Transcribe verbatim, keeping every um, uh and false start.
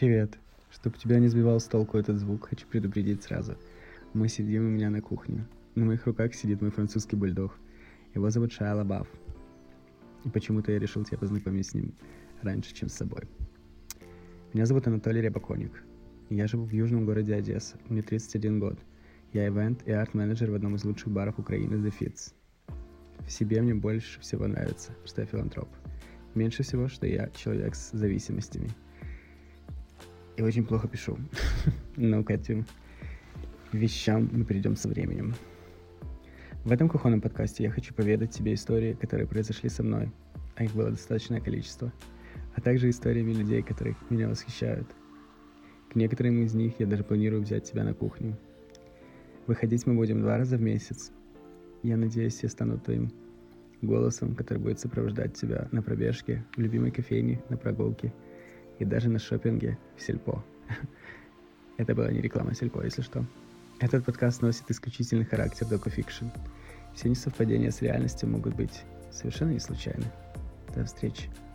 Привет. Чтобы тебя не сбивал с толку этот звук, хочу предупредить сразу. Мы сидим у меня на кухне. На моих руках сидит мой французский бульдог. Его зовут Шайа Лабаф. И почему-то я решил тебя познакомить с ним раньше, чем с собой. Меня зовут Анатолий Рябоконик. Я живу в южном городе Одесса. Мне тридцать один год. Я ивент и арт-менеджер в одном из лучших баров Украины The Fits. В себе мне больше всего нравится, что я филантроп. Меньше всего, что я человек с зависимостями. И очень плохо пишу. Но к этим вещам мы придем со временем. В этом кухонном подкасте я хочу поведать тебе истории, которые произошли со мной, а их было достаточное количество, а также историями людей, которые меня восхищают. К некоторым из них я даже планирую взять тебя на кухню. Выходить мы будем два раза в месяц. Я надеюсь, я стану твоим голосом, который будет сопровождать тебя на пробежке, в любимой кофейне, на прогулке и даже на шопинге в Сельпо. Это была не реклама Сельпо, если что. Этот подкаст носит исключительный характер доку-фикшн. Все несовпадения с реальностью могут быть совершенно не случайны. До встречи.